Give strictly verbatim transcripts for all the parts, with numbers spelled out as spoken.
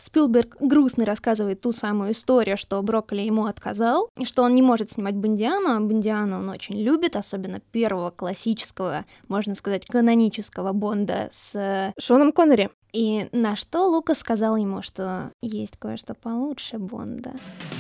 Спилберг грустно рассказывает ту самую историю, что Брокколи ему отказал, и что он не может снимать Бондиану, а Бондиану он очень любит, особенно первого классического, можно сказать, канонического Бонда с Шоном Коннери. И на что Лукас сказал ему, что есть кое-что получше Бонда.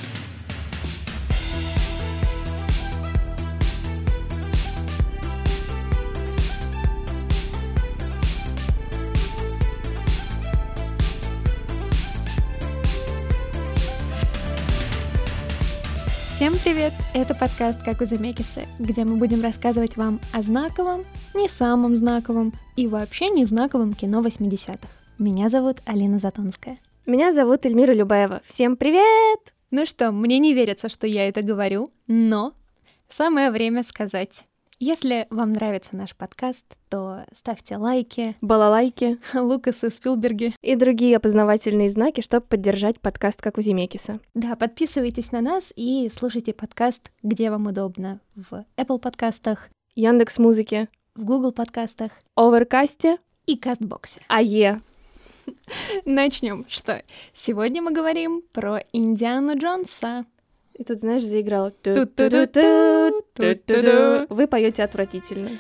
Всем привет! Это подкаст «Как у Земекиса», где мы будем рассказывать вам о знаковом, не самом знаковом и вообще не знаковом кино восьмидесятых. Меня зовут Алина Затонская. Меня зовут Эльмира Любаева. Всем привет! Ну что, мне не верится, что я это говорю, но самое время сказать. Если вам нравится наш подкаст, то ставьте лайки, балалайки, Лукас и Спилберги и другие опознавательные знаки, чтобы поддержать подкаст «Как у Земекиса». Да, подписывайтесь на нас и слушайте подкаст, где вам удобно. В Apple подкастах, Яндекс.Музыке, в Google подкастах, Оверкасте и Кастбоксе. АЕ. Начнем. Что? Сегодня мы говорим про Индиану Джонса. И тут, знаешь, заиграла. Ту-ту-ту-ту, Вы поете отвратительно.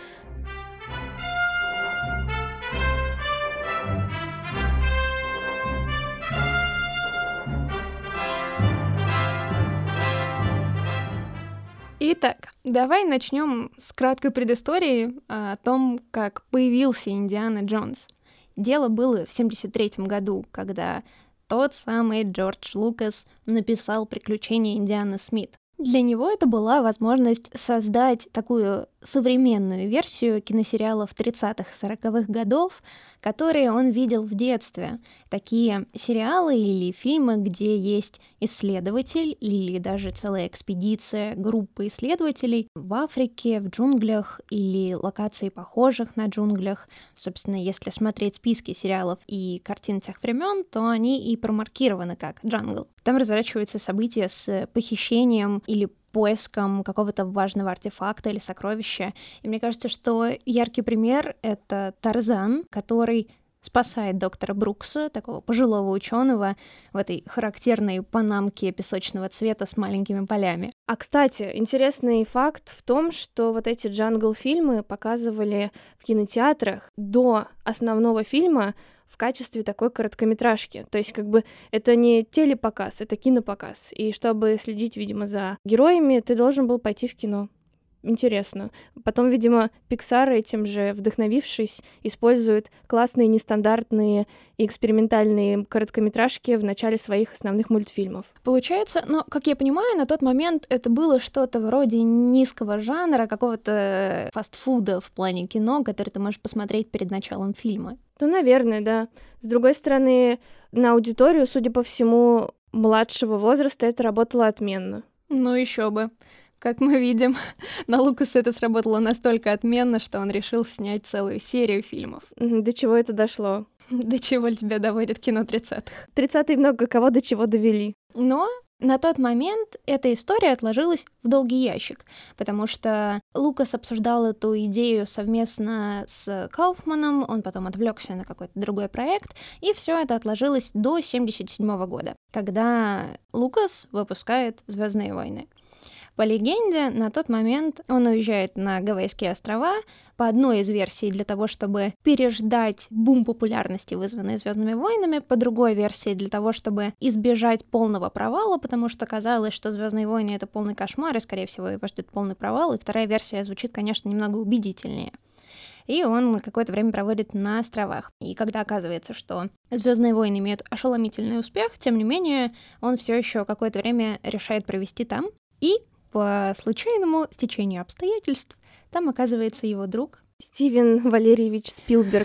Итак, давай начнем с краткой предыстории о том, как появился Индиана Джонс. Дело было в семьдесят третьем году, когда тот самый Джордж Лукас написал «Приключения Индианы Смит». Для него это была возможность создать такую современную версию киносериалов тридцатых-сороковых годов, которые он видел в детстве. Такие сериалы или фильмы, где есть исследователь или даже целая экспедиция, группа исследователей в Африке, в джунглях или локации, похожих на джунглях. Собственно, если смотреть списки сериалов и картин тех времен, то они и промаркированы как «Джангл». Там разворачиваются события с похищением или поиском какого-то важного артефакта или сокровища. И мне кажется, что яркий пример — это Тарзан, который спасает доктора Брукса, такого пожилого ученого, в этой характерной панамке песочного цвета с маленькими полями. А, кстати, интересный факт в том, что вот эти джангл-фильмы показывали в кинотеатрах до основного фильма в качестве такой короткометражки. То есть как бы это не телепоказ, это кинопоказ. И чтобы следить, видимо, за героями, ты должен был пойти в кино. Интересно. Потом, видимо, Pixar, этим же вдохновившись, использует классные, нестандартные и экспериментальные короткометражки в начале своих основных мультфильмов. Получается, но, как я понимаю, на тот момент это было что-то вроде низкого жанра, какого-то фастфуда в плане кино, который ты можешь посмотреть перед началом фильма. Ну, наверное, да. С другой стороны, на аудиторию, судя по всему, младшего возраста это работало отменно. Ну, еще бы. Как мы видим, на Лукаса это сработало настолько отменно, что он решил снять целую серию фильмов. До чего это дошло? До чего тебя доводит кино тридцатых? тридцатые много кого до чего довели. Но на тот момент эта история отложилась в долгий ящик, потому что Лукас обсуждал эту идею совместно с Кауфманом, он потом отвлекся на какой-то другой проект, и все это отложилось до семьдесят седьмого года, когда Лукас выпускает «Звездные войны». По легенде, на тот момент он уезжает на Гавайские острова по одной из версий для того, чтобы переждать бум популярности, вызванный «Звездными войнами», по другой версии для того, чтобы избежать полного провала, потому что казалось, что «Звездные войны» — это полный кошмар, и, скорее всего, его ждет полный провал, и вторая версия звучит, конечно, немного убедительнее. И он какое-то время проводит на островах. И когда оказывается, что «Звездные войны» имеют ошеломительный успех, тем не менее, он все еще какое-то время решает провести там, и по случайному стечению обстоятельств там оказывается его друг Стивен Валерьевич Спилберг.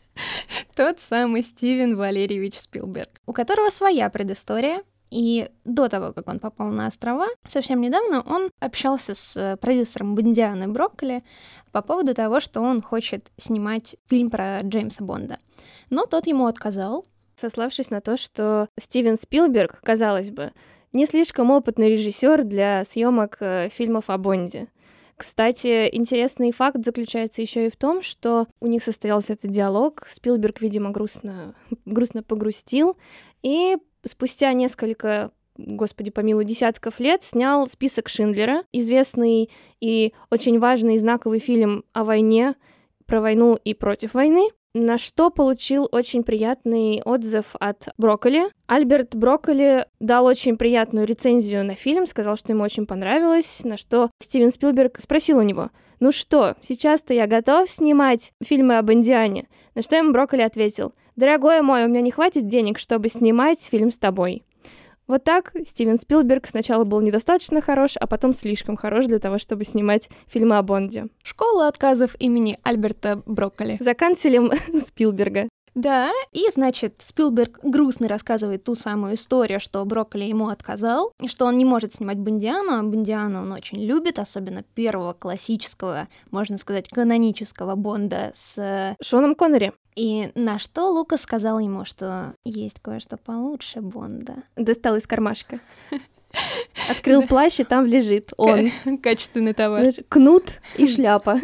Тот самый Стивен Валерьевич Спилберг, у которого своя предыстория. И до того, как он попал на острова, совсем недавно он общался с продюсером Бондианы Брокколи по поводу того, что он хочет снимать фильм про Джеймса Бонда. Но тот ему отказал, сославшись на то, что Стивен Спилберг, казалось бы, не слишком опытный режиссер для съемок э, фильмов о Бонде. Кстати, интересный факт заключается еще и в том, что у них состоялся этот диалог. Спилберг, видимо, грустно, грустно погрустил и спустя несколько, господи помилуй, десятков лет снял «Список Шиндлера», известный и очень важный и знаковый фильм о войне, про войну и против войны, на что получил очень приятный отзыв от Брокколи. Альберт Брокколи дал очень приятную рецензию на фильм, сказал, что ему очень понравилось, на что Стивен Спилберг спросил у него: «Ну что, сейчас-то я готов снимать фильмы об Индиане?» На что ему Брокколи ответил: «Дорогой мой, у меня не хватит денег, чтобы снимать фильм с тобой». Вот так Стивен Спилберг сначала был недостаточно хорош, а потом слишком хорош для того, чтобы снимать фильмы о Бонде. Школа отказов имени Альберта Брокколи. За канцелем Спилберга. Да, и, значит, Спилберг грустно рассказывает ту самую историю, что Брокколи ему отказал, и что он не может снимать Бондиану, а Бондиану он очень любит, особенно первого классического, можно сказать, канонического Бонда с Шоном Коннери. И на что Лукас сказал ему, что есть кое-что получше Бонда. Достал из кармашка. Открыл плащ, и там лежит он. Качественный товар. Кнут и шляпа.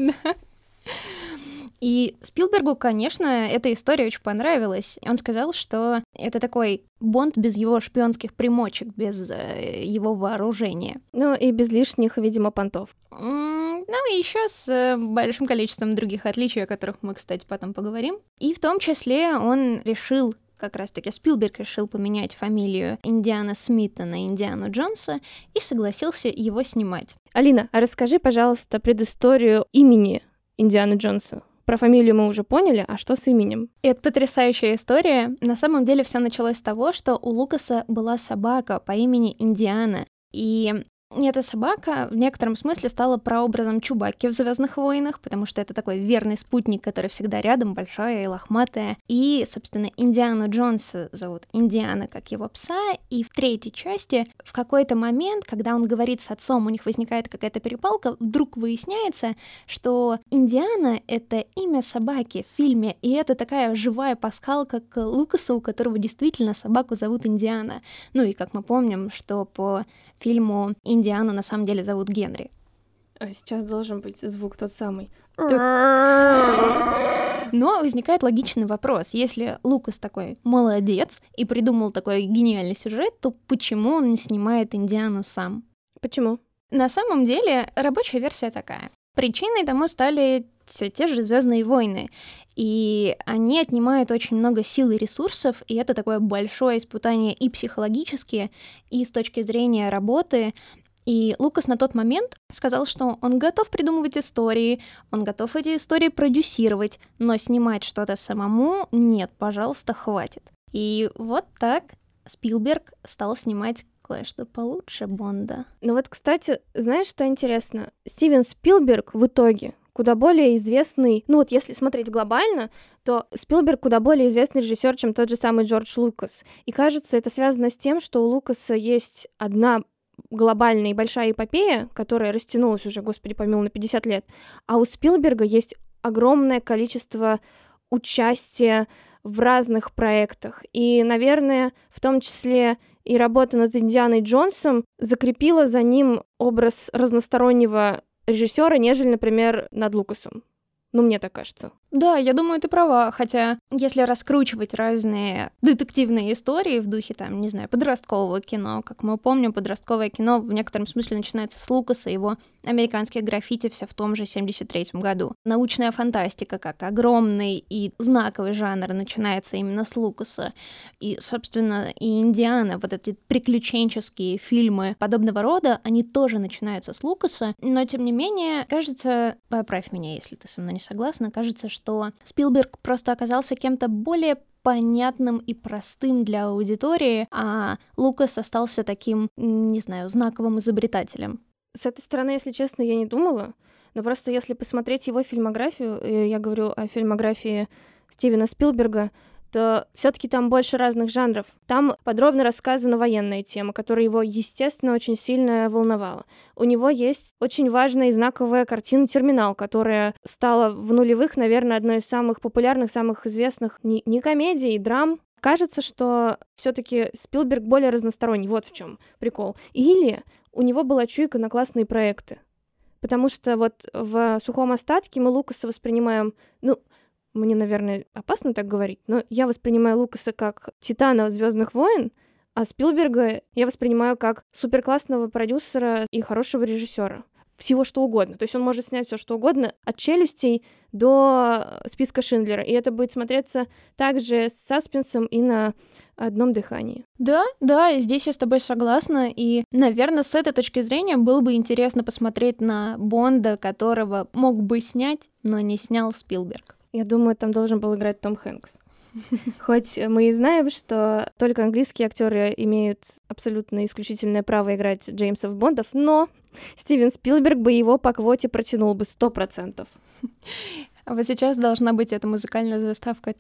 И Спилбергу, конечно, эта история очень понравилась. Он сказал, что это такой Бонд без его шпионских примочек, без э, его вооружения. Ну и без лишних, видимо, понтов. Mm, ну и еще с э, большим количеством других отличий, о которых мы, кстати, потом поговорим. И в том числе он решил, как раз-таки Спилберг решил поменять фамилию Индиана Смита на Индиану Джонса и согласился его снимать. Алина, а расскажи, пожалуйста, предысторию имени Индианы Джонса. Про фамилию мы уже поняли, а что с именем? Это потрясающая история. На самом деле все началось с того, что у Лукаса была собака по имени Индиана. И эта собака в некотором смысле стала прообразом Чубакки в «Звездных войнах», потому что это такой верный спутник, который всегда рядом, большая и лохматая. И, собственно, Индиану Джонса зовут Индиана, как его пса. И в третьей части в какой-то момент, когда он говорит с отцом, у них возникает какая-то перепалка, вдруг выясняется, что Индиана — это имя собаки в фильме, и это такая живая пасхалка к Лукасу, у которого действительно собаку зовут Индиана. Ну и, как мы помним, что по фильму Индиану на самом деле зовут Генри. А сейчас должен быть звук тот самый. Но возникает логичный вопрос. Если Лукас такой молодец и придумал такой гениальный сюжет, то почему он не снимает Индиану сам? Почему? На самом деле, рабочая версия такая. Причиной тому стали все те же «Звездные войны», и они отнимают очень много сил и ресурсов, и это такое большое испытание и психологически, и с точки зрения работы. И Лукас на тот момент сказал, что он готов придумывать истории, он готов эти истории продюсировать, но снимать что-то самому нет, пожалуйста, хватит. И вот так Спилберг стал снимать кое-что получше Бонда. Ну вот, кстати, знаешь, что интересно? Стивен Спилберг в итоге куда более известный, ну вот если смотреть глобально, то Спилберг куда более известный режиссер, чем тот же самый Джордж Лукас. И кажется, это связано с тем, что у Лукаса есть одна глобальная и большая эпопея, которая растянулась уже, господи помилуй, на пятьдесят лет, а у Спилберга есть огромное количество участия в разных проектах. И, наверное, в том числе и работа над Индианой Джонсом закрепила за ним образ разностороннего режиссера, нежели, например, над Лукасом. Ну, мне так кажется. Да, я думаю, ты права, хотя если раскручивать разные детективные истории в духе, там, не знаю, подросткового кино, как мы помним, подростковое кино в некотором смысле начинается с Лукаса, его «Американских граффити» все в том же семьдесят третьем году. Научная фантастика, как огромный и знаковый жанр, начинается именно с Лукаса. И, собственно, и «Индиана», вот эти приключенческие фильмы подобного рода, они тоже начинаются с Лукаса, но, тем не менее, кажется, поправь меня, если ты со мной не согласна, кажется, что что Спилберг просто оказался кем-то более понятным и простым для аудитории, а Лукас остался таким, не знаю, знаковым изобретателем. С этой стороны, если честно, я не думала, но просто если посмотреть его фильмографию, я говорю о фильмографии Стивена Спилберга, то все-таки там больше разных жанров. Там подробно рассказана военная тема, которая его, естественно, очень сильно волновала. У него есть очень важная и знаковая картина «Терминал», которая стала в нулевых, наверное, одной из самых популярных, самых известных не, не комедий, драм. Кажется, что все-таки Спилберг более разносторонний. Вот в чем прикол. Или у него была чуйка на классные проекты. Потому что вот в «Сухом остатке» мы Лукаса воспринимаем, ну, мне, наверное, опасно так говорить, но я воспринимаю Лукаса как титана «Звездных войн», А Спилберга я воспринимаю как суперклассного продюсера и хорошего режиссера. Всего что угодно. То есть он может снять все что угодно, от «Челюстей» до списка Шиндлера. И это будет смотреться также с саспенсом и на одном дыхании. Да, да, здесь я с тобой согласна. И, наверное, с этой точки зрения было бы интересно посмотреть на Бонда, которого мог бы снять, но не снял Спилберг. Я думаю, там должен был играть Том Хэнкс. Хоть мы и знаем, что только английские актеры имеют абсолютно исключительное право играть Джеймсов Бондов, но Стивен Спилберг бы его по квоте протянул бы сто процентов. А вот сейчас должна быть эта музыкальная заставка.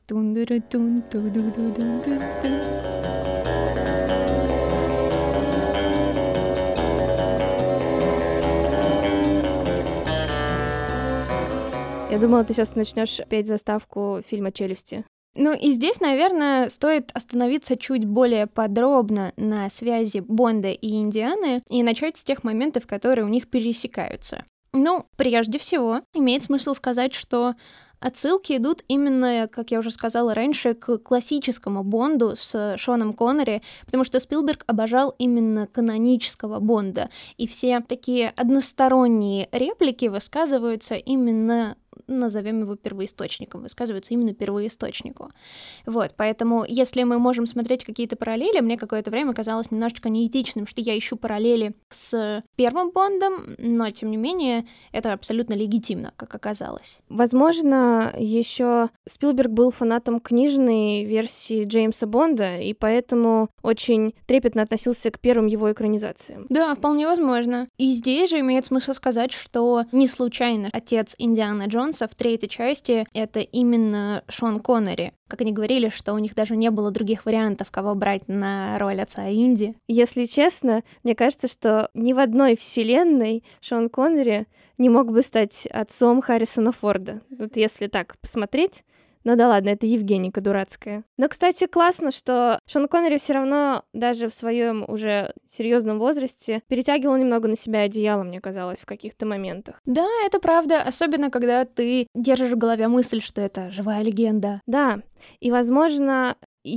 Я думала, ты сейчас начнешь петь заставку фильма «Челюсти». Ну и здесь, наверное, стоит остановиться чуть более подробно на связи Бонда и Индианы и начать с тех моментов, которые у них пересекаются. Ну, прежде всего, имеет смысл сказать, что отсылки идут именно, как я уже сказала раньше, к классическому Бонду с Шоном Коннери, потому что Спилберг обожал именно канонического Бонда, и все такие односторонние реплики высказываются именно, назовем его первоисточником, высказываются именно первоисточнику. Вот, поэтому, если мы можем смотреть какие-то параллели, мне какое-то время казалось немножечко неэтичным, что я ищу параллели с первым Бондом, но, тем не менее, это абсолютно легитимно, как оказалось. Возможно, еще Спилберг был фанатом книжной версии Джеймса Бонда, и поэтому очень трепетно относился к первым его экранизациям. Да, вполне возможно. И здесь же имеет смысл сказать, что не случайно отец Индианы Джонса в третьей части — это именно Шон Коннери. Как они говорили, что у них даже не было других вариантов, кого брать на роль отца Инди. Если честно, мне кажется, что ни в одной вселенной Шон Коннери не мог бы стать отцом Харрисона Форда. Вот если так посмотреть. Ну да ладно, это Евгеника дурацкая. Но, кстати, классно, что Шон Коннери все равно даже в своем уже серьезном возрасте перетягивал немного на себя одеяло, мне казалось, в каких-то моментах. Да, это правда, особенно когда ты держишь в голове мысль, что это живая легенда. Да, и, возможно,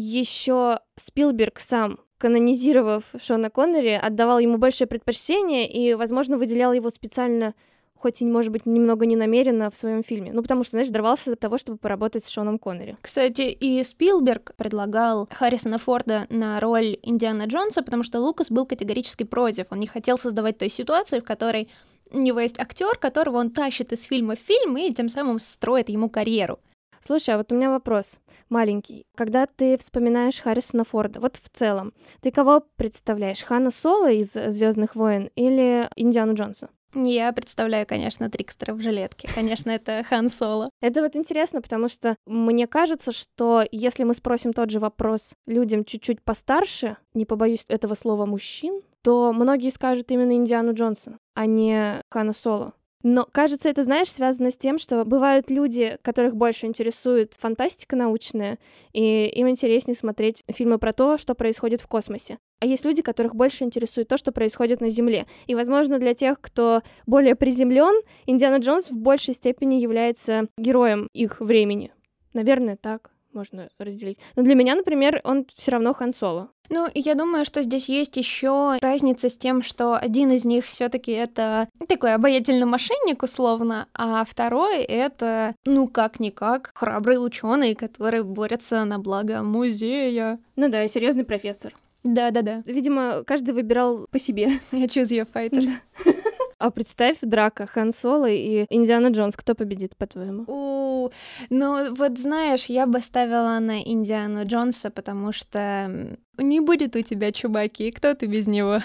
еще Спилберг сам, канонизировав Шона Коннери, отдавал ему большее предпочтение и, возможно, выделял его специально, хоть и, может быть, немного ненамеренно в своем фильме. Ну, потому что, знаешь, дорвался до того, чтобы поработать с Шоном Коннери. Кстати, и Спилберг предлагал Харрисона Форда на роль Индианы Джонса, потому что Лукас был категорически против. Он не хотел создавать той ситуации, в которой у него есть актер, которого он тащит из фильма в фильм и тем самым строит ему карьеру. Слушай, а вот у меня вопрос маленький. Когда ты вспоминаешь Харрисона Форда, вот в целом, ты кого представляешь? Хана Соло из «Звездных войн» или Индиану Джонса? Я представляю, конечно, Трикстера в жилетке. Конечно, это Хан Соло. Это вот интересно, потому что мне кажется, что если мы спросим тот же вопрос людям чуть-чуть постарше, не побоюсь этого слова мужчин, то многие скажут именно Индиану Джонса, а не Хана Соло. Но, кажется, это, знаешь, связано с тем, что бывают люди, которых больше интересует фантастика научная, и им интереснее смотреть фильмы про то, что происходит в космосе. А есть люди, которых больше интересует то, что происходит на Земле. И, возможно, для тех, кто более приземлен, Индиана Джонс в большей степени является героем их времени. Наверное, так можно разделить. Но для меня, например, он все равно Хан Соло. Ну, я думаю, что здесь есть еще разница с тем, что один из них все-таки это такой обаятельный мошенник, условно, а второй это, ну, как-никак, храбрый ученый, который борется на благо музея. Ну да, серьезный профессор. Да-да-да. Видимо, каждый выбирал по себе. Я choose your fighter. А представь, драка Хан Соло и Индиана Джонс. Кто победит, по-твоему? У, ну вот знаешь, я бы ставила на Индиану Джонса, потому что не будет у тебя Чубаки, кто ты без него?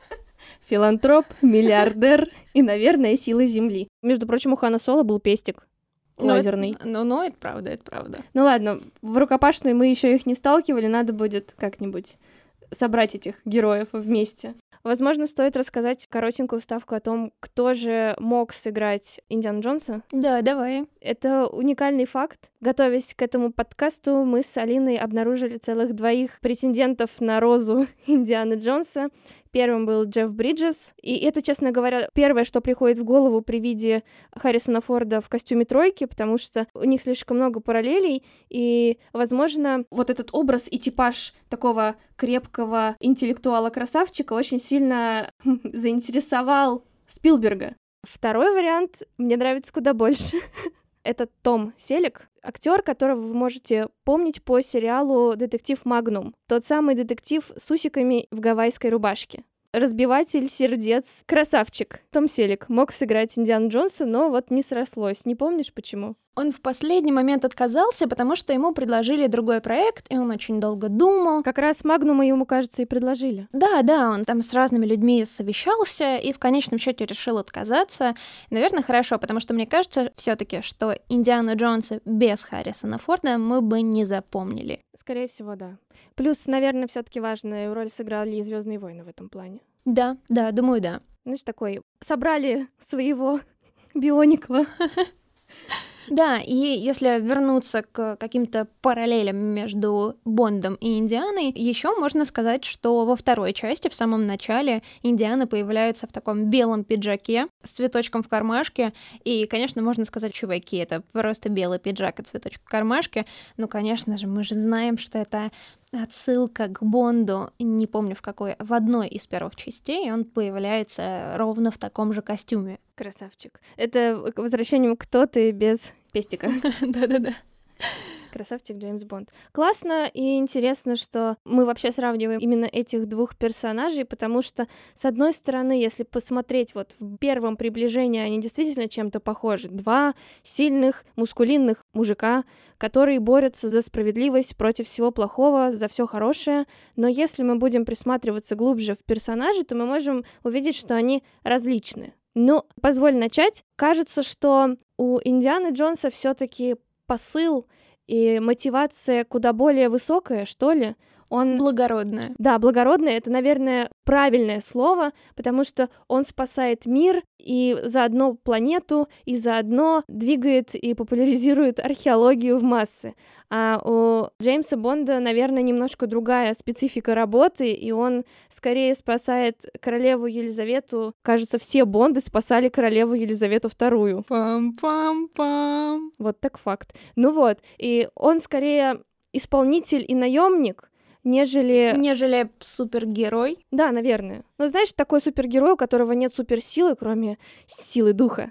Филантроп, миллиардер и, наверное, сила Земли. Между прочим, у Хана Соло был пестик лазерный. Ну, ну, это правда, это правда. Ну ладно, в рукопашной мы еще их не сталкивали, надо будет как-нибудь собрать этих героев вместе. Возможно, стоит рассказать коротенькую вставку о том, кто же мог сыграть Индиану Джонса. Да, давай. Это уникальный факт. Готовясь к этому подкасту, мы с Алиной обнаружили целых двоих претендентов на розу Индианы Джонса. Первым был Джефф Бриджес, и это, честно говоря, первое, что приходит в голову при виде Харрисона Форда в костюме тройки, потому что у них слишком много параллелей, и, возможно, вот этот образ и типаж такого крепкого интеллектуала-красавчика очень сильно заинтересовал Спилберга. Второй вариант мне нравится куда больше. Это Том Селлек, актер, которого вы можете помнить по сериалу «Детектив Магнум». Тот самый детектив с усиками в гавайской рубашке. Разбиватель сердец, красавчик. Том Селлек мог сыграть Индиану Джонса, но вот не срослось. Не помнишь, почему? Он в последний момент отказался, потому что ему предложили другой проект, и он очень долго думал. Как раз Магнума ему, кажется, и предложили. Да, да, он там с разными людьми совещался и в конечном счете решил отказаться. Наверное, хорошо, потому что мне кажется все-таки, что Индиану Джонса без Харрисона Форда мы бы не запомнили. Скорее всего, да. Плюс, наверное, все-таки важную роль сыграли и «Звездные войны» в этом плане. Да, да, думаю, да. Знаешь, такой, собрали своего бионикла. Да, и если вернуться к каким-то параллелям между Бондом и Индианой, еще можно сказать, что во второй части, в самом начале, Индиана появляется в таком белом пиджаке с цветочком в кармашке, и, конечно, можно сказать, чуваки, это просто белый пиджак и цветочек в кармашке, ну, конечно же, мы же знаем, что это отсылка к Бонду, не помню в какой, в одной из первых частей он появляется ровно в таком же костюме. Красавчик. Это к возвращению «Кто ты» без пестика. Да-да-да. Красавчик Джеймс Бонд. Классно и интересно, что мы вообще сравниваем именно этих двух персонажей, потому что, с одной стороны, если посмотреть вот в первом приближении, они действительно чем-то похожи. Два сильных, мускулинных мужика, которые борются за справедливость против всего плохого, за все хорошее. Но если мы будем присматриваться глубже в персонажей, то мы можем увидеть, что они различны. Ну, позволь начать. Кажется, что у Индианы Джонса все-таки посыл и мотивация куда более высокая, что ли. Он... Благородная. Да, благородная — это, наверное, правильное слово, потому что он спасает мир и заодно планету, и заодно двигает и популяризирует археологию в массы. А у Джеймса Бонда, наверное, немножко другая специфика работы, и он скорее спасает королеву Елизавету. Кажется, все Бонды спасали королеву Елизавету вторую. Пам-пам-пам. Вот так факт. Ну вот, и он скорее исполнитель и наемник, нежели... Нежели супергерой. Да, наверное. Но знаешь, такой супергерой, у которого нет суперсилы, кроме силы духа.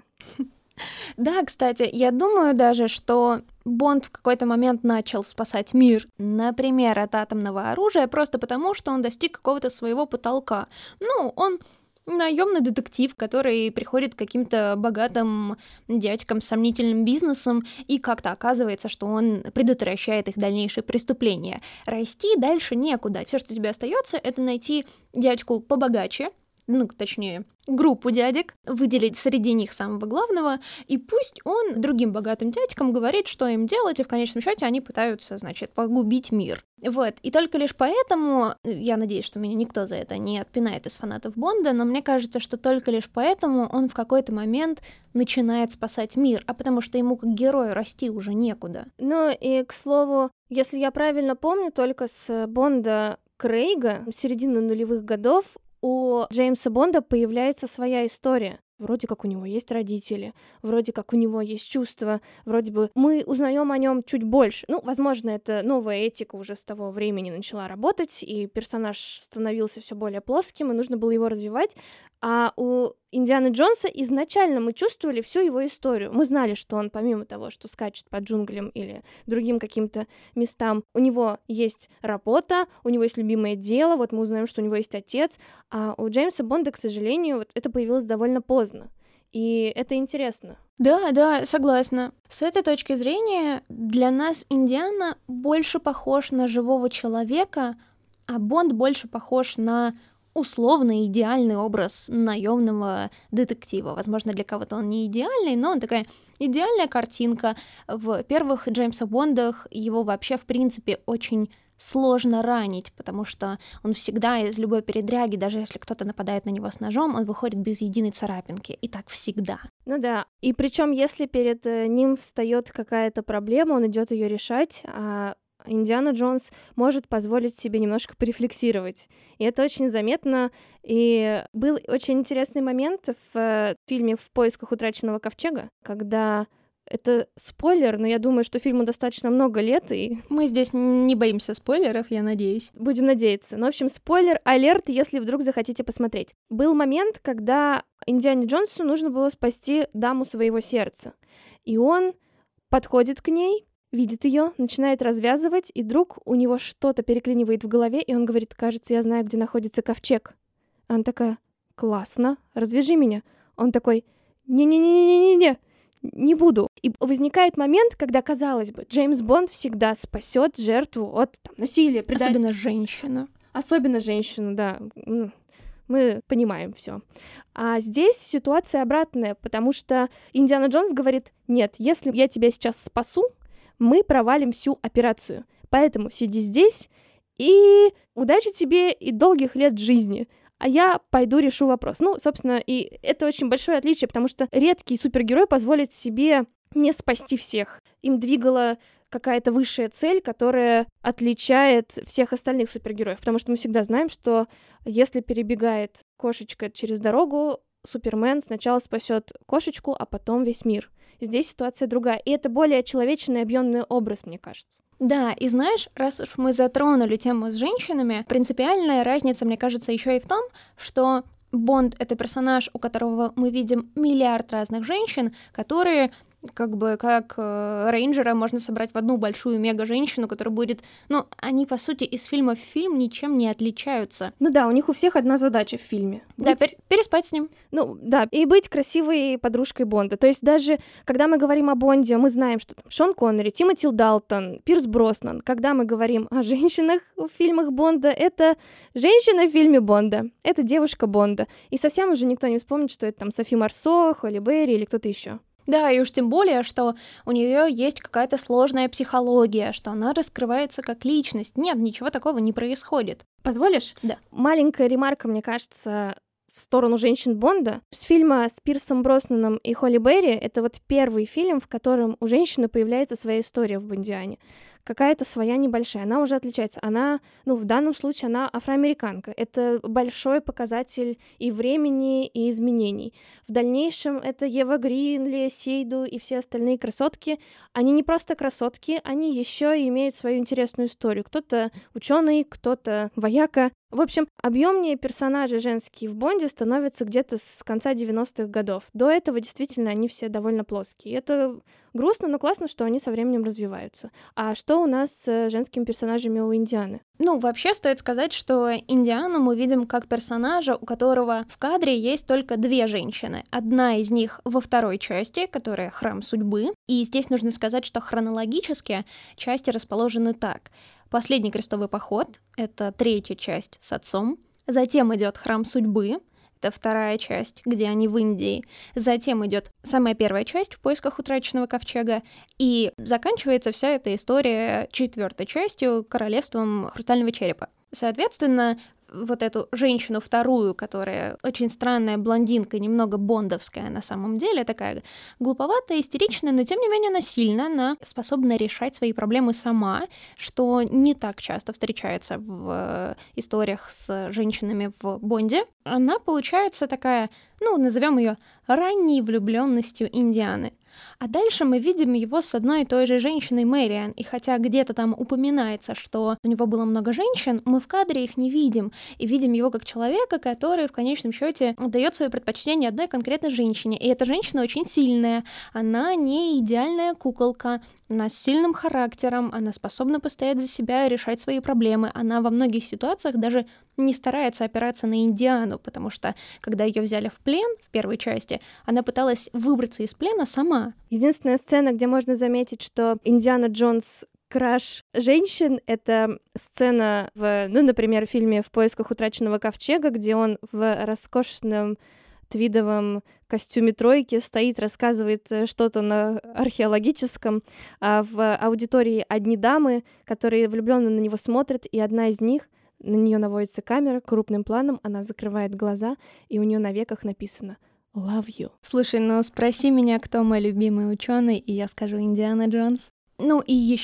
Да, кстати, я думаю даже, что Бонд в какой-то момент начал спасать мир, например, от атомного оружия, просто потому, что он достиг какого-то своего потолка. Ну, он наемный детектив, который приходит к каким-то богатым дядькам с сомнительным бизнесом, и как-то оказывается, что он предотвращает их дальнейшие преступления. Расти дальше некуда. Все, что тебе остается, это найти дядьку побогаче, ну, точнее, группу дядек, выделить среди них самого главного, и пусть он другим богатым дядькам говорит, что им делать, и в конечном счете они пытаются, значит, погубить мир. Вот, и только лишь поэтому, я надеюсь, что меня никто за это не отпинает из фанатов Бонда, но мне кажется, что только лишь поэтому он в какой-то момент начинает спасать мир, а потому что ему как герою расти уже некуда. Ну и, к слову, если я правильно помню, только с Бонда Крейга, середины нулевых годов, у Джеймса Бонда появляется своя история. Вроде как у него есть родители, вроде как у него есть чувства, вроде бы мы узнаем о нем чуть больше. Ну, возможно, это новая этика уже с того времени начала работать, и персонаж становился все более плоским, и нужно было его развивать. А у Индианы Джонса изначально мы чувствовали всю его историю. Мы знали, что он, помимо того, что скачет по джунглям или другим каким-то местам, у него есть работа, у него есть любимое дело, вот мы узнаем, что у него есть отец, а у Джеймса Бонда, к сожалению, вот это появилось довольно поздно. И это интересно. Да, да, согласна. С этой точки зрения для нас Индиана больше похож на живого человека, а Бонд больше похож на условно идеальный образ наемного детектива. Возможно, для кого-то он не идеальный, но он такая идеальная картинка. В первых Джеймса Бондах его вообще, в принципе, очень сложно ранить, потому что он всегда из любой передряги, даже если кто-то нападает на него с ножом, он выходит без единой царапинки. И так всегда. Ну да. И причем, если перед ним встает какая-то проблема, он идет ее решать, а Индиана Джонс может позволить себе немножко порефлексировать. И это очень заметно. И был очень интересный момент в фильме «В поисках утраченного ковчега», когда... Это спойлер, но я думаю, что фильму достаточно много лет, и... Мы здесь не боимся спойлеров, я надеюсь. Будем надеяться. Ну, в общем, спойлер-алерт, если вдруг захотите посмотреть. Был момент, когда Индиане Джонсу нужно было спасти даму своего сердца. И он подходит к ней, видит ее, начинает развязывать, и вдруг у него что-то переклинивает в голове, и он говорит: «Кажется, я знаю, где находится ковчег». Она такая: «Классно, развяжи меня». Он такой: «Не-не-не-не-не-не, не буду». И возникает момент, когда, казалось бы, Джеймс Бонд всегда спасет жертву от там, насилия, предательства. Особенно женщину. Особенно женщину, да. Мы понимаем все. А здесь ситуация обратная, потому что Индиана Джонс говорит: «Нет, если я тебя сейчас спасу, мы провалим всю операцию. Поэтому сиди здесь, и удачи тебе и долгих лет жизни. А я пойду решу вопрос». Ну, собственно, и это очень большое отличие, потому что редкий супергерой позволит себе не спасти всех. Им двигала какая-то высшая цель, которая отличает всех остальных супергероев. Потому что мы всегда знаем, что если перебегает кошечка через дорогу, Супермен сначала спасет кошечку, а потом весь мир. Здесь ситуация другая. И это более человечный, объемный образ, мне кажется. Да, и знаешь, раз уж мы затронули тему с женщинами, принципиальная разница, мне кажется, еще и в том, что Бонд — это персонаж, у которого мы видим миллиард разных женщин, которые... как бы как э, рейнджера можно собрать в одну большую мега-женщину, которая будет... Ну, они, по сути, из фильма в фильм ничем не отличаются. Ну да, у них у всех одна задача в фильме. Да, быть... пер- переспать с ним. Ну, да, и быть красивой подружкой Бонда. То есть даже, когда мы говорим о Бонде, мы знаем, что там Шон Коннери, Тимоти Далтон, Пирс Броснан. Когда мы говорим о женщинах в фильмах Бонда, это женщина в фильме Бонда, это девушка Бонда. И совсем уже никто не вспомнит, что это там Софи Марсо, Холли Берри или кто-то еще. Да, и уж тем более, что у нее есть какая-то сложная психология, что она раскрывается как личность. Нет, ничего такого не происходит. Позволишь? Да. Маленькая ремарка, мне кажется, в сторону женщин Бонда. С фильма с Пирсом Броснаном и Холли Берри это вот первый фильм, в котором у женщины появляется своя история в Бондиане. Какая-то своя небольшая. Она уже отличается. Она, ну, в данном случае, она афроамериканка. Это большой показатель и времени, и изменений. В дальнейшем это Ева Грин, Лея Сейду и все остальные красотки. Они не просто красотки, они еще и имеют свою интересную историю. Кто-то ученый, кто-то вояка. В общем, объемнее персонажи женские в Бонде становятся где-то с конца девяностых годов. До этого действительно они все довольно плоские. Это грустно, но классно, что они со временем развиваются. А что у нас с женскими персонажами у Индианы? Ну, вообще стоит сказать, что Индиану мы видим как персонажа, у которого в кадре есть только две женщины. Одна из них во второй части, которая «Храм судьбы». И здесь нужно сказать, что хронологически части расположены так. Последний крестовый поход — это третья часть с отцом. Затем идет «Храм судьбы». Это вторая часть, где они в Индии. Затем идет самая первая часть «В поисках утраченного ковчега». И заканчивается вся эта история четвертой частью «Королевством хрустального черепа». Соответственно, вот эту женщину вторую, которая очень странная блондинка, немного бондовская на самом деле, такая глуповатая, истеричная, но тем не менее она сильная, она способна решать свои проблемы сама, что не так часто встречается в историях с женщинами в Бонде. Она получается такая, ну, назовем ее ранней влюбленностью Индианы. А дальше мы видим его с одной и той же женщиной Мэриан, и хотя где-то там упоминается, что у него было много женщин, мы в кадре их не видим, и видим его как человека, который в конечном счете дает свое предпочтение одной конкретной женщине, и эта женщина очень сильная, она не идеальная куколка, она с сильным характером, она способна постоять за себя и решать свои проблемы. Она во многих ситуациях даже не старается опираться на Индиану, потому что, когда ее взяли в плен в первой части, она пыталась выбраться из плена сама. Единственная сцена, где можно заметить, что Индиана Джонс краш женщин, это сцена в, ну, например, в фильме «В поисках утраченного ковчега», где он в роскошном твидовом костюме тройки стоит, рассказывает что-то на археологическом, а в аудитории одни дамы, которые влюбленно на него смотрят, и одна из них, на нее наводится камера крупным планом, она закрывает глаза, и у нее на веках написано «Love you». Слушай, ну спроси меня, кто мой любимый ученый, и я скажу Индиана Джонс. Ну и еще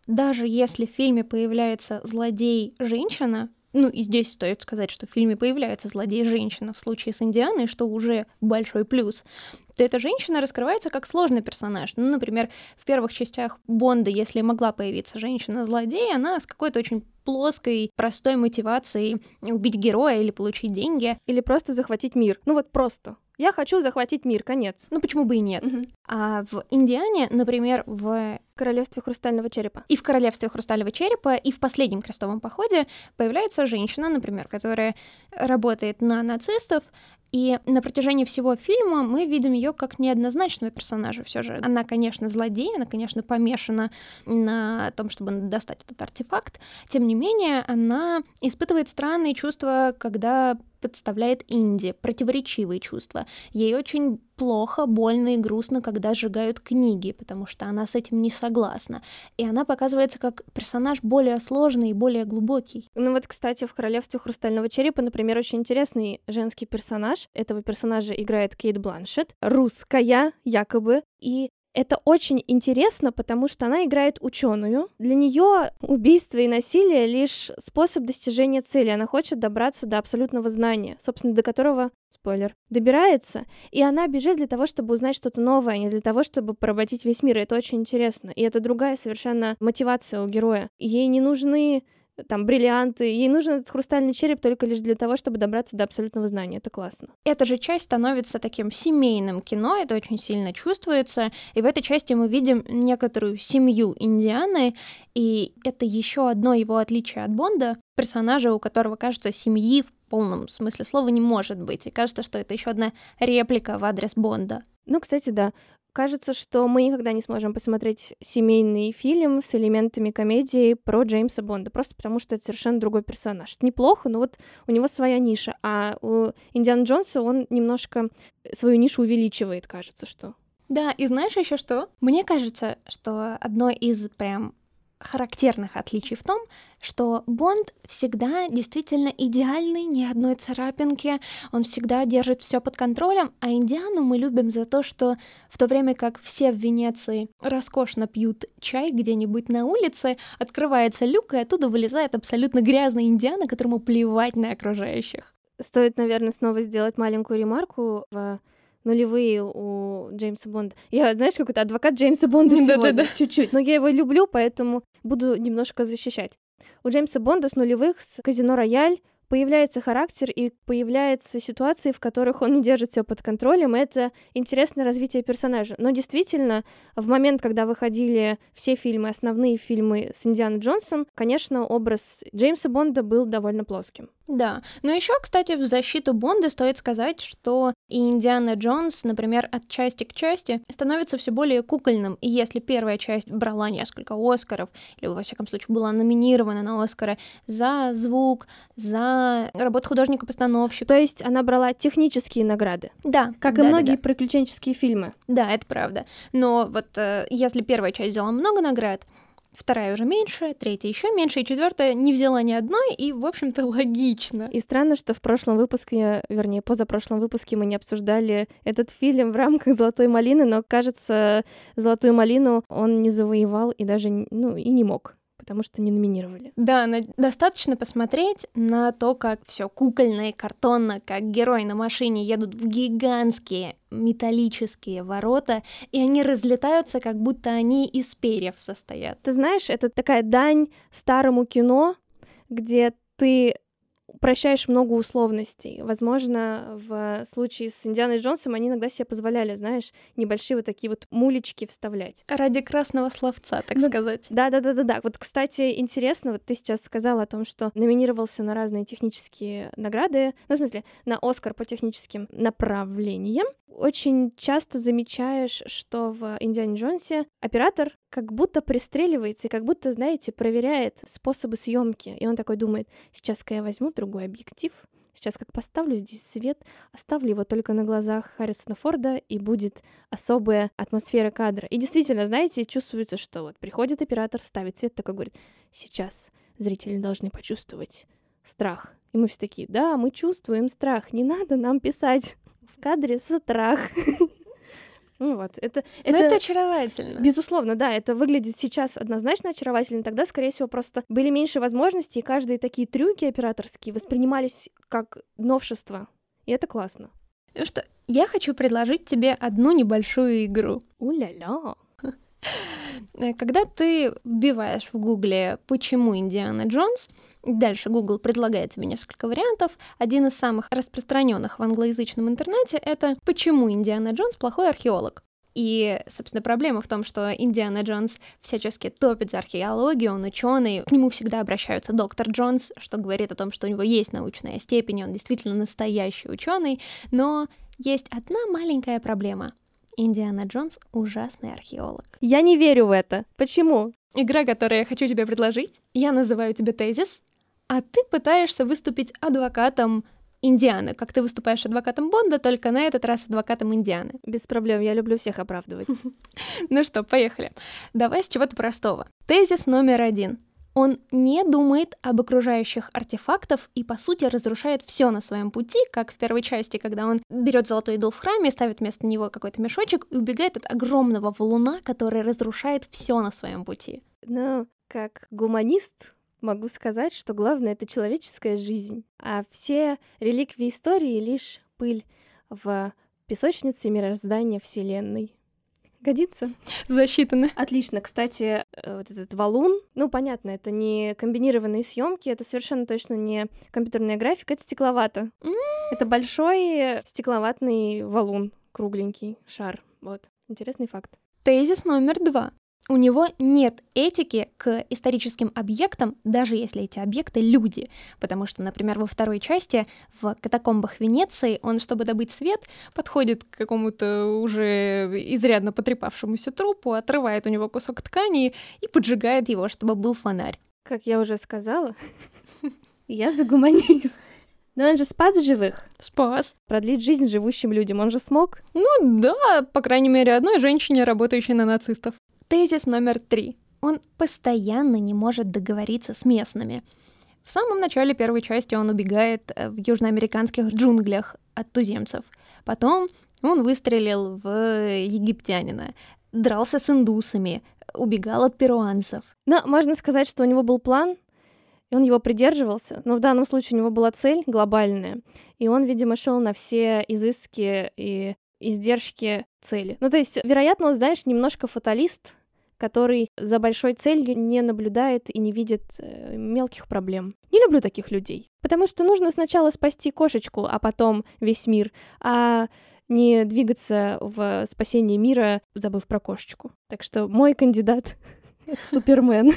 даже если в фильме появляется злодей-женщина, ну и здесь стоит сказать, что в фильме появляется злодей-женщина в случае с Индианой, что уже большой плюс, то эта женщина раскрывается как сложный персонаж. Ну, например, в первых частях Бонда, если могла появиться женщина-злодей, она с какой-то очень плоской, простой мотивацией убить героя или получить деньги. Или просто захватить мир. Ну вот просто. Я хочу захватить мир, конец. Ну почему бы и нет? Угу. А в Индиане, например, в Королевстве Хрустального Черепа. И в Королевстве Хрустального Черепа, и в последнем крестовом походе появляется женщина, например, которая работает на нацистов, и на протяжении всего фильма мы видим ее как неоднозначного персонажа все же. Она, конечно, злодей, она, конечно, помешана на том, чтобы достать этот артефакт. Тем не менее, она испытывает странные чувства, когда подставляет Инди, противоречивые чувства. Ей очень плохо, больно и грустно, когда сжигают книги, потому что она с этим не согласна. И она показывается как персонаж более сложный и более глубокий. Ну вот, кстати, в «Королевстве Хрустального Черепа», например, очень интересный женский персонаж. Этого персонажа играет Кейт Бланшетт, русская якобы, и это очень интересно, потому что она играет ученую. Для нее убийство и насилие лишь способ достижения цели. Она хочет добраться до абсолютного знания, собственно, до которого, спойлер, добирается. И она бежит для того, чтобы узнать что-то новое, а не для того, чтобы поработить весь мир. И это очень интересно. И это другая совершенно мотивация у героя. Ей не нужны там бриллианты, ей нужен этот хрустальный череп только лишь для того, чтобы добраться до абсолютного знания. Это классно. Эта же часть становится таким семейным кино, это очень сильно чувствуется, и в этой части мы видим некоторую семью Индианы, и это еще одно его отличие от Бонда, персонажа, у которого, кажется, семьи в полном смысле слова не может быть, и кажется, что это еще одна реплика в адрес Бонда. Ну, кстати, да. Кажется, что мы никогда не сможем посмотреть семейный фильм с элементами комедии про Джеймса Бонда, просто потому что это совершенно другой персонаж. Это неплохо, но вот у него своя ниша, а у Индианы Джонса он немножко свою нишу увеличивает, кажется, что. Да, и знаешь еще что? Мне кажется, что одно из прям характерных отличий в том, что Бонд всегда действительно идеальный, ни одной царапинки, он всегда держит все под контролем, а Индиану мы любим за то, что в то время как все в Венеции роскошно пьют чай где-нибудь на улице, открывается люк, и оттуда вылезает абсолютно грязная Индиана, которому плевать на окружающих. Стоит, наверное, снова сделать маленькую ремарку в нулевые у Джеймса Бонда. Я, знаешь, какой-то адвокат Джеймса Бонда сегодня, чуть-чуть. Но я его люблю, поэтому буду немножко защищать. У Джеймса Бонда с нулевых, с «Казино Рояль» появляется характер и появляются ситуации, в которых он не держит все под контролем, и это интересное развитие персонажа. Но действительно, в момент, когда выходили все фильмы, основные фильмы с Индианой Джонсом, конечно, образ Джеймса Бонда был довольно плоским. Да, но еще, кстати, в защиту Бонда стоит сказать, что и Индиана Джонс, например, от части к части становится все более кукольным, и если первая часть брала несколько Оскаров, или, во всяком случае, была номинирована на Оскары за звук, за работу художника-постановщика. То есть она брала технические награды. Да. Как да, и многие да, да. приключенческие фильмы. Да, это правда. Но вот э, если первая часть взяла много наград, вторая уже меньше, третья еще меньше, и четвертая не взяла ни одной, и, в общем-то, логично. И странно, что в прошлом выпуске, вернее, позапрошлом выпуске мы не обсуждали этот фильм в рамках «Золотой малины», но, кажется, «Золотую малину» он не завоевал и даже, ну, и не мог, потому что не номинировали. Да, но достаточно посмотреть на то, как все кукольно и картонно, как герои на машине едут в гигантские металлические ворота, и они разлетаются, как будто они из перьев состоят. Ты знаешь, это такая дань старому кино, где ты прощаешь много условностей. Возможно, в случае с Индианой Джонсом они иногда себе позволяли, знаешь, небольшие вот такие вот мулечки вставлять. Ради красного словца, так ну, сказать. Да-да-да-да-да. Вот, кстати, интересно, вот ты сейчас сказала о том, что номинировался на разные технические награды, ну, в смысле, на Оскар по техническим направлениям. Очень часто замечаешь, что в «Индиане Джонсе» оператор как будто пристреливается и как будто, знаете, проверяет способы съемки. И он такой думает, сейчас-ка я возьму другой объектив, сейчас как поставлю здесь свет, оставлю его только на глазах Харрисона Форда, и будет особая атмосфера кадра. И действительно, знаете, чувствуется, что вот приходит оператор, ставит свет, такой говорит, сейчас зрители должны почувствовать страх. И мы все такие, да, мы чувствуем страх, не надо нам писать в кадре страх. Ну вот, это... Но это... это очаровательно. Безусловно, да, это выглядит сейчас однозначно очаровательно, тогда, скорее всего, просто были меньше возможностей, и каждые такие трюки операторские воспринимались как новшество, и это классно. Ну что, я хочу предложить тебе одну небольшую игру. У-ля-ля. Когда ты вбиваешь в Гугле «Почему Индиана Джонс?», дальше Google предлагает тебе несколько вариантов. Один из самых распространенных в англоязычном интернете — это «Почему Индиана Джонс плохой археолог?». И, собственно, проблема в том, что Индиана Джонс всячески топит за археологию, он ученый, к нему всегда обращаются доктор Джонс, что говорит о том, что у него есть научная степень, он действительно настоящий ученый, но есть одна маленькая проблема. Индиана Джонс — ужасный археолог. Я не верю в это. Почему? Игра, которую я хочу тебе предложить, я называю тебе тезис, а ты пытаешься выступить адвокатом Индианы, как ты выступаешь адвокатом Бонда, только на этот раз адвокатом Индианы. Без проблем, я люблю всех оправдывать. Ну что, поехали. Давай с чего-то простого. Тезис номер один. Он не думает об окружающих артефактах и, по сути, разрушает все на своем пути, как в первой части, когда он берет золотой идол в храме, ставит вместо него какой-то мешочек и убегает от огромного валуна, который разрушает все на своем пути. Ну, как гуманист, могу сказать, что главное — это человеческая жизнь, а все реликвии истории — лишь пыль в песочнице мироздания Вселенной. Годится? Засчитано. Отлично. Кстати, вот этот валун, ну, понятно, это не комбинированные съемки, это совершенно точно не компьютерная графика, это стекловато. Mm. Это большой стекловатный валун, кругленький шар. Вот. Интересный факт. Тезис номер два. У него нет этики к историческим объектам, даже если эти объекты — люди. Потому что, например, во второй части в катакомбах Венеции он, чтобы добыть свет, подходит к какому-то уже изрядно потрепавшемуся трупу, отрывает у него кусок ткани и поджигает его, чтобы был фонарь. Как я уже сказала, я за гуманизм. Но он же спас живых. Спас. Продлить жизнь живущим людям он же смог? Ну да, по крайней мере, одной женщине, работающей на нацистов. Тезис номер три. Он постоянно не может договориться с местными. В самом начале первой части он убегает в южноамериканских джунглях от туземцев. Потом он выстрелил в египтянина, дрался с индусами, убегал от перуанцев. Но можно сказать, что у него был план, и он его придерживался. Но в данном случае у него была цель глобальная, и он, видимо, шел на все изыски и издержки цели. Ну, то есть, вероятно, он, знаешь, немножко фаталист, который за большой целью не наблюдает и не видит э, мелких проблем. Не люблю таких людей, потому что нужно сначала спасти кошечку, а потом весь мир, а не двигаться в спасение мира, забыв про кошечку. Так что мой кандидат — это Супермен.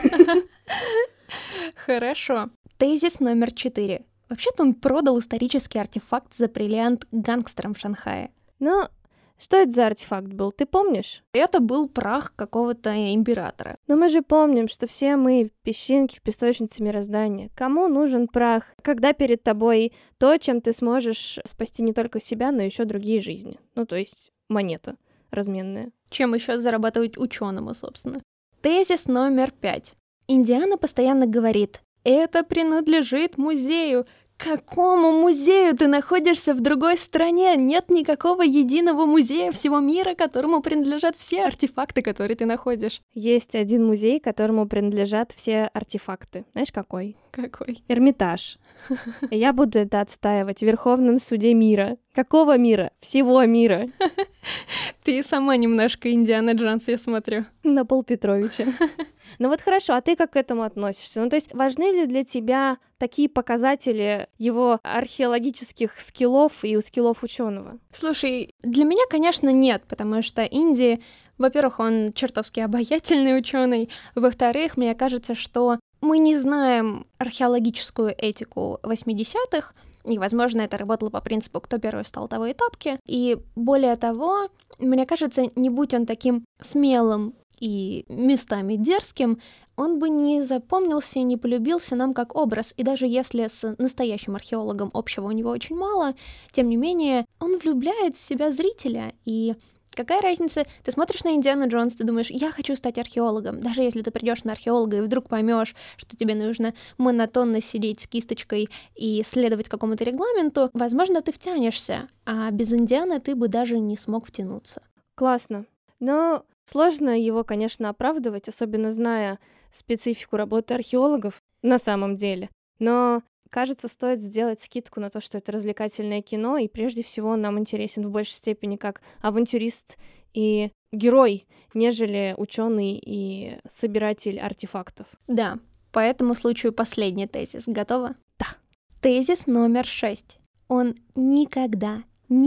Хорошо. Тезис номер четыре. Вообще-то он продал исторический артефакт за бриллиант гангстерам в Шанхае. Но что это за артефакт был, ты помнишь? Это был прах какого-то императора. Но мы же помним, что все мы песчинки в песочнице мироздания. Кому нужен прах, когда перед тобой то, чем ты сможешь спасти не только себя, но еще другие жизни? Ну, то есть монета разменная. Чем еще зарабатывать ученому, собственно. Тезис номер пять. Индиана постоянно говорит: «Это принадлежит музею». Какому музею? Ты находишься в другой стране. Нет никакого единого музея всего мира, которому принадлежат все артефакты, которые ты находишь. Есть один музей, которому принадлежат все артефакты. Знаешь, какой? Какой? Эрмитаж. Я буду это отстаивать в Верховном суде мира. Какого мира? Всего мира. Ты сама немножко Индиана Джонс, я смотрю. На Пол Петровича. Ну вот хорошо, а ты как к этому относишься? Ну то есть важны ли для тебя такие показатели его археологических скиллов и скиллов ученого? Слушай, для меня, конечно, нет, потому что Инди, во-первых, он чертовски обаятельный ученый, во-вторых, мне кажется, что мы не знаем археологическую этику восьмидесятых, и, возможно, это работало по принципу «кто первый встал, того и тапки». И более того, мне кажется, не будь он таким смелым и местами дерзким, он бы не запомнился и не полюбился нам как образ. И даже если с настоящим археологом общего у него очень мало, тем не менее, он влюбляет в себя зрителя. И какая разница? Ты смотришь на Индиану Джонс, ты думаешь: я хочу стать археологом. Даже если ты придешь на археолога и вдруг поймешь, что тебе нужно монотонно сидеть с кисточкой и следовать какому-то регламенту, возможно, ты втянешься, а без Индианы ты бы даже не смог втянуться. Классно. Но сложно его, конечно, оправдывать, особенно зная специфику работы археологов на самом деле. Но, кажется, стоит сделать скидку на то, что это развлекательное кино, и прежде всего он нам интересен в большей степени как авантюрист и герой, нежели ученый и собиратель артефактов. Да, по этому случаю последний тезис. Готова? Да. Тезис номер шесть. Он никогда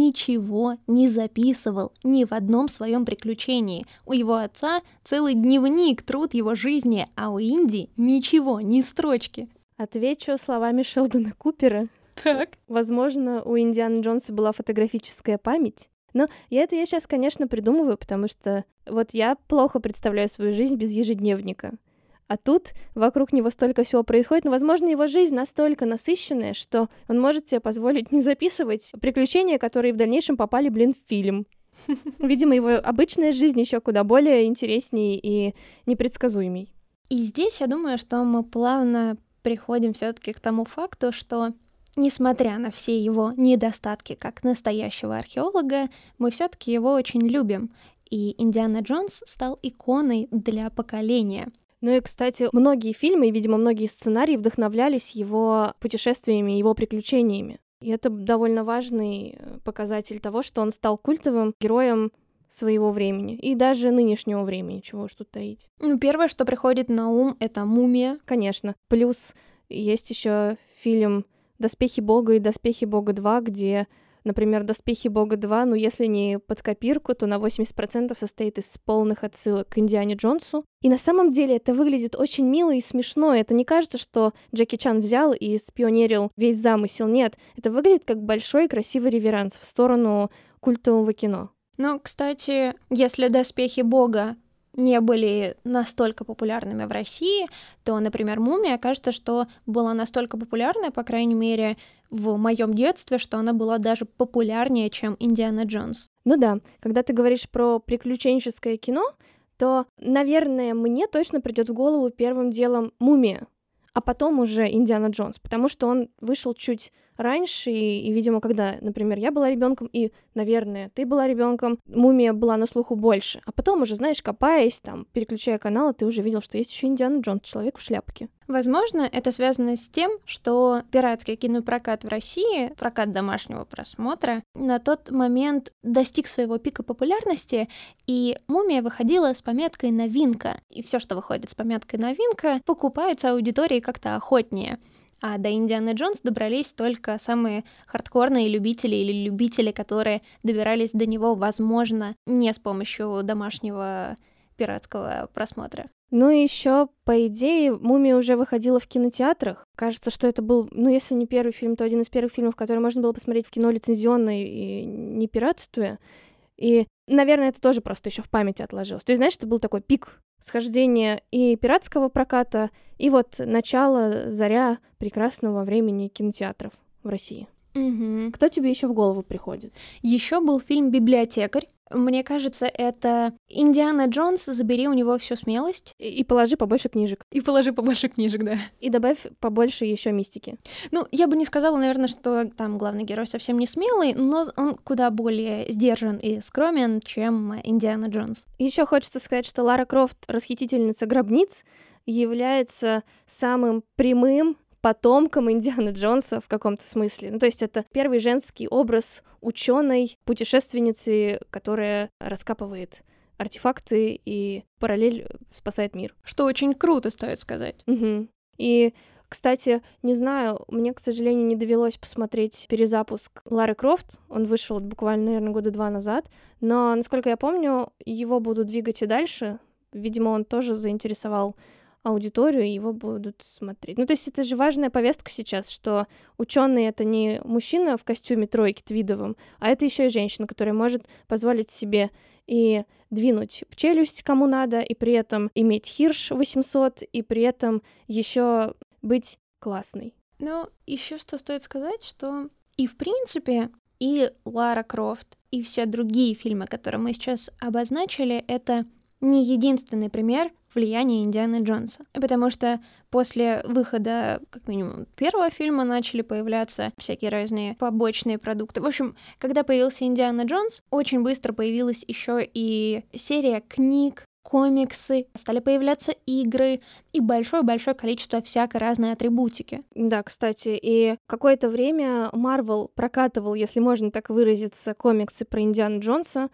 ничего не записывал ни в одном своем приключении. У его отца целый дневник, труд его жизни, а у Инди ничего, ни строчки. Отвечу словами Шелдона Купера. Так. Возможно, у Индианы Джонса была фотографическая память. Но я это я сейчас, конечно, придумываю, потому что вот я плохо представляю свою жизнь без ежедневника. А тут вокруг него столько всего происходит, но, возможно, его жизнь настолько насыщенная, что он может себе позволить не записывать приключения, которые в дальнейшем попали, блин, в фильм. Видимо, его обычная жизнь еще куда более интересней и непредсказуемей. И здесь я думаю, что мы плавно приходим все-таки к тому факту, что, несмотря на все его недостатки как настоящего археолога, мы все-таки его очень любим. И Индиана Джонс стал иконой для поколения. Ну и, кстати, многие фильмы и, видимо, многие сценарии вдохновлялись его путешествиями, его приключениями. И это довольно важный показатель того, что он стал культовым героем своего времени. И даже нынешнего времени, чего уж тут таить. Ну, первое, что приходит на ум, это «Мумия». Конечно. Плюс есть еще фильм «Доспехи Бога» и «Доспехи Бога два», где, например, «Доспехи Бога два», ну, если не под копирку, то на восемьдесят процентов состоит из полных отсылок к Индиане Джонсу. И на самом деле это выглядит очень мило и смешно. Это не кажется, что Джеки Чан взял и спионерил весь замысел. Нет, это выглядит как большой красивый реверанс в сторону культового кино. Ну, кстати, если «Доспехи Бога» не были настолько популярными в России, то, например, «Мумия», кажется, что была настолько популярной, по крайней мере, в моем детстве, что она была даже популярнее, чем «Индиана Джонс». Ну да, когда ты говоришь про приключенческое кино, то, наверное, мне точно придет в голову первым делом «Мумия», а потом уже «Индиана Джонс», потому что он вышел чуть раньше, и, и, видимо, когда, например, я была ребенком, и, наверное, ты была ребенком, «Мумия» была на слуху больше. А потом уже, знаешь, копаясь, там, переключая каналы, ты уже видел, что есть еще «Индиана Джонс», человек в шляпке. Возможно, это связано с тем, что пиратский кинопрокат в России, прокат домашнего просмотра, на тот момент достиг своего пика популярности, и «Мумия» выходила с пометкой «Новинка». И все, что выходит с пометкой «Новинка», покупается аудиторией как-то охотнее. А до «Индианы Джонс» добрались только самые хардкорные любители или любители, которые добирались до него, возможно, не с помощью домашнего пиратского просмотра. Ну и еще, по идее, «Мумия» уже выходила в кинотеатрах. Кажется, что это был, ну если не первый фильм, то один из первых фильмов, который можно было посмотреть в кино лицензионно и не пиратствуя. И, наверное, это тоже просто еще в памяти отложилось. То есть, знаешь, это был такой пик схождения и пиратского проката, и вот начало, заря прекрасного времени кинотеатров в России. Угу. Кто тебе еще в голову приходит? Еще был фильм «Библиотекарь». Мне кажется, это «Индиана Джонс, забери у него всю смелость». И, и положи побольше книжек. И положи побольше книжек, да. И добавь побольше еще мистики. Ну, я бы не сказала, наверное, что там главный герой совсем не смелый, но он куда более сдержан и скромен, чем Индиана Джонс. Еще хочется сказать, что Лара Крофт, расхитительница гробниц, является самым прямым потомком Индианы Джонса в каком-то смысле. Ну, то есть это первый женский образ ученой, путешественницы, которая раскапывает артефакты и параллель спасает мир. Что очень круто, стоит сказать. Угу. И, кстати, не знаю, мне, к сожалению, не довелось посмотреть перезапуск Лары Крофт. Он вышел буквально, наверное, года два назад. Но, насколько я помню, его будут двигать и дальше. Видимо, он тоже заинтересовал аудиторию, и его будут смотреть. Ну, то есть это же важная повестка сейчас, что ученый это не мужчина в костюме тройки твидовом, а это еще и женщина, которая может позволить себе и двинуть в челюсть кому надо, и при этом иметь Хирш восемьсот, и при этом еще быть классной. Ну, еще что стоит сказать, что и в принципе и Лара Крофт, и все другие фильмы, которые мы сейчас обозначили, это не единственный пример влияние Индианы Джонса. Потому что после выхода, как минимум, первого фильма начали появляться всякие разные побочные продукты. В общем, когда появился Индиана Джонс, очень быстро появилась еще и серия книг, комиксы, стали появляться игры и большое-большое количество всякой разной атрибутики. Да, кстати, и какое-то время Marvel прокатывал, если можно так выразиться, комиксы про Индиану Джонса,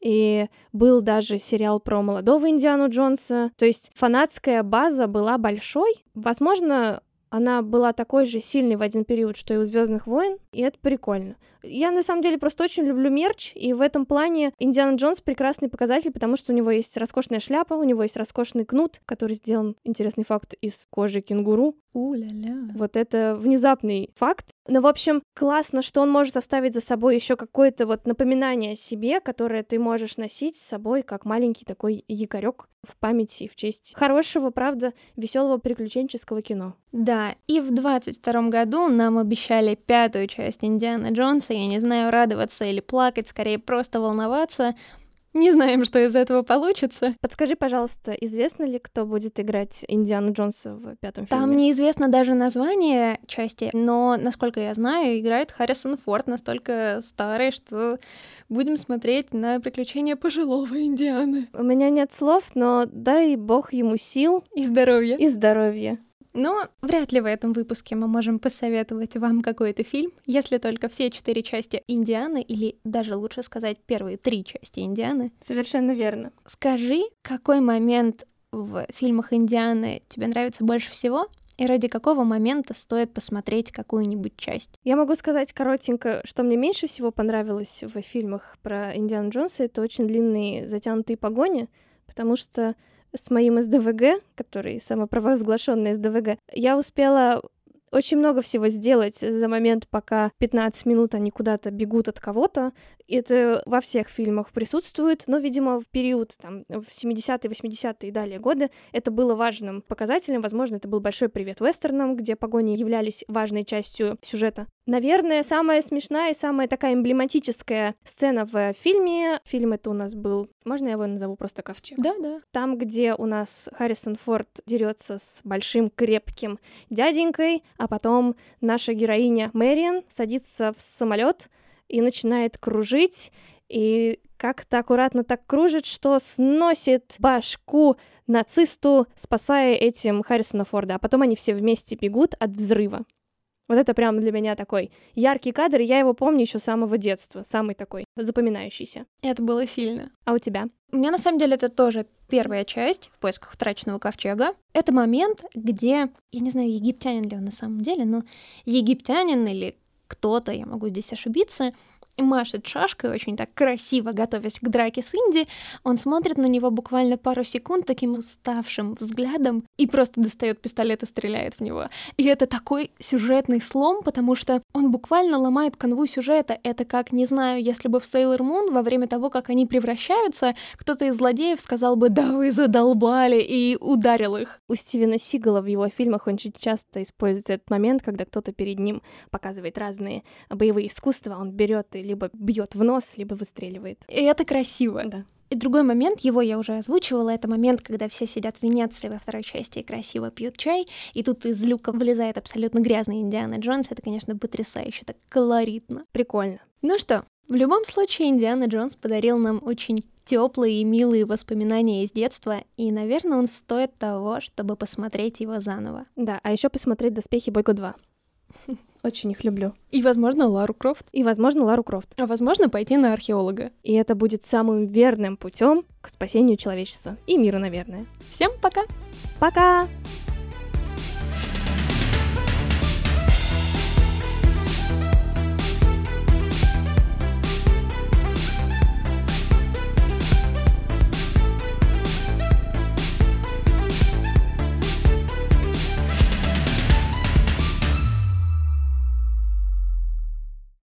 и был даже сериал про молодого Индиану Джонса. То есть фанатская база была большой. Возможно, она была такой же сильной в один период, что и у «Звездных войн», и это прикольно. Я, на самом деле, просто очень люблю мерч, и в этом плане Индиана Джонс прекрасный показатель, потому что у него есть роскошная шляпа, у него есть роскошный кнут, который сделан, интересный факт, из кожи кенгуру. У-ля-ля. Вот это внезапный факт. Но, в общем, классно, что он может оставить за собой еще какое-то вот напоминание о себе, которое ты можешь носить с собой как маленький такой якорек в памяти в честь хорошего, правда, веселого приключенческого кино. Да, и в двадцать втором году нам обещали пятую часть Индианы Джонса. Я не знаю, радоваться или плакать, скорее просто волноваться. Не знаем, что из этого получится. Подскажи, пожалуйста, известно ли, кто будет играть Индиану Джонса в пятом фильме? Там неизвестно даже название части, но, насколько я знаю, играет Харрисон Форд, настолько старый, что будем смотреть на приключения пожилого Индианы. У меня нет слов, но дай бог ему сил и здоровья. И здоровья. Но вряд ли в этом выпуске мы можем посоветовать вам какой-то фильм, если только все четыре части Индианы, или даже лучше сказать первые три части Индианы. Совершенно верно. Скажи, какой момент в фильмах Индианы тебе нравится больше всего, и ради какого момента стоит посмотреть какую-нибудь часть? Я могу сказать коротенько, что мне меньше всего понравилось в фильмах про Индиану Джонса, это очень длинные затянутые погони, потому что с моим эс дэ вэ гэ, который самопровозглашенный эс дэ вэ гэ, я успела очень много всего сделать за момент, пока пятнадцать минут они куда-то бегут от кого-то. Это во всех фильмах присутствует, но, видимо, в период там, в семидесятые, восьмидесятые и далее годы это было важным показателем. Возможно, это был большой привет вестернам, где погони являлись важной частью сюжета. Наверное, самая смешная и самая такая эмблематическая сцена в фильме. Фильм это у нас был... Можно я его назову просто «Ковчег»? Да, да. Там, где у нас Харрисон Форд дерется с большим крепким дяденькой, а потом наша героиня Мэриан садится в самолет и начинает кружить, и как-то аккуратно так кружит, что сносит башку нацисту, спасая этим Харрисона Форда, а потом они все вместе бегут от взрыва. Вот это прям для меня такой яркий кадр, и я его помню еще с самого детства, самый такой запоминающийся. Это было сильно. А у тебя? У меня, на самом деле, это тоже первая часть «В поисках утраченного ковчега». Это момент, где, я не знаю, египтянин ли он на самом деле, но египтянин или кто-то, я могу здесь ошибиться, машет шашкой, очень так красиво готовясь к драке с Инди. Он смотрит на него буквально пару секунд таким уставшим взглядом и просто достает пистолет и стреляет в него. И это такой сюжетный слом, потому что он буквально ломает канву сюжета. Это как, не знаю, если бы в Sailor Moon во время того, как они превращаются, кто-то из злодеев сказал бы «да вы задолбали» и ударил их. У Стивена Сигала в его фильмах он очень часто использует этот момент, когда кто-то перед ним показывает разные боевые искусства, он берет и либо бьет в нос, либо выстреливает. И это красиво. Да. И другой момент, его я уже озвучивала, это момент, когда все сидят в Венеции во второй части и красиво пьют чай, и тут из люка вылезает абсолютно грязный Индиана Джонс. Это, конечно, потрясающе, так колоритно. Прикольно. Ну что, в любом случае, Индиана Джонс подарил нам очень теплые и милые воспоминания из детства, и, наверное, он стоит того, чтобы посмотреть его заново. Да, а еще посмотреть «Доспехи Бога два». Очень их люблю. И, возможно, Лару Крофт. И, возможно, Лару Крофт. А, возможно, пойти на археолога. И это будет самым верным путем к спасению человечества. И мира, наверное. Всем пока! Пока!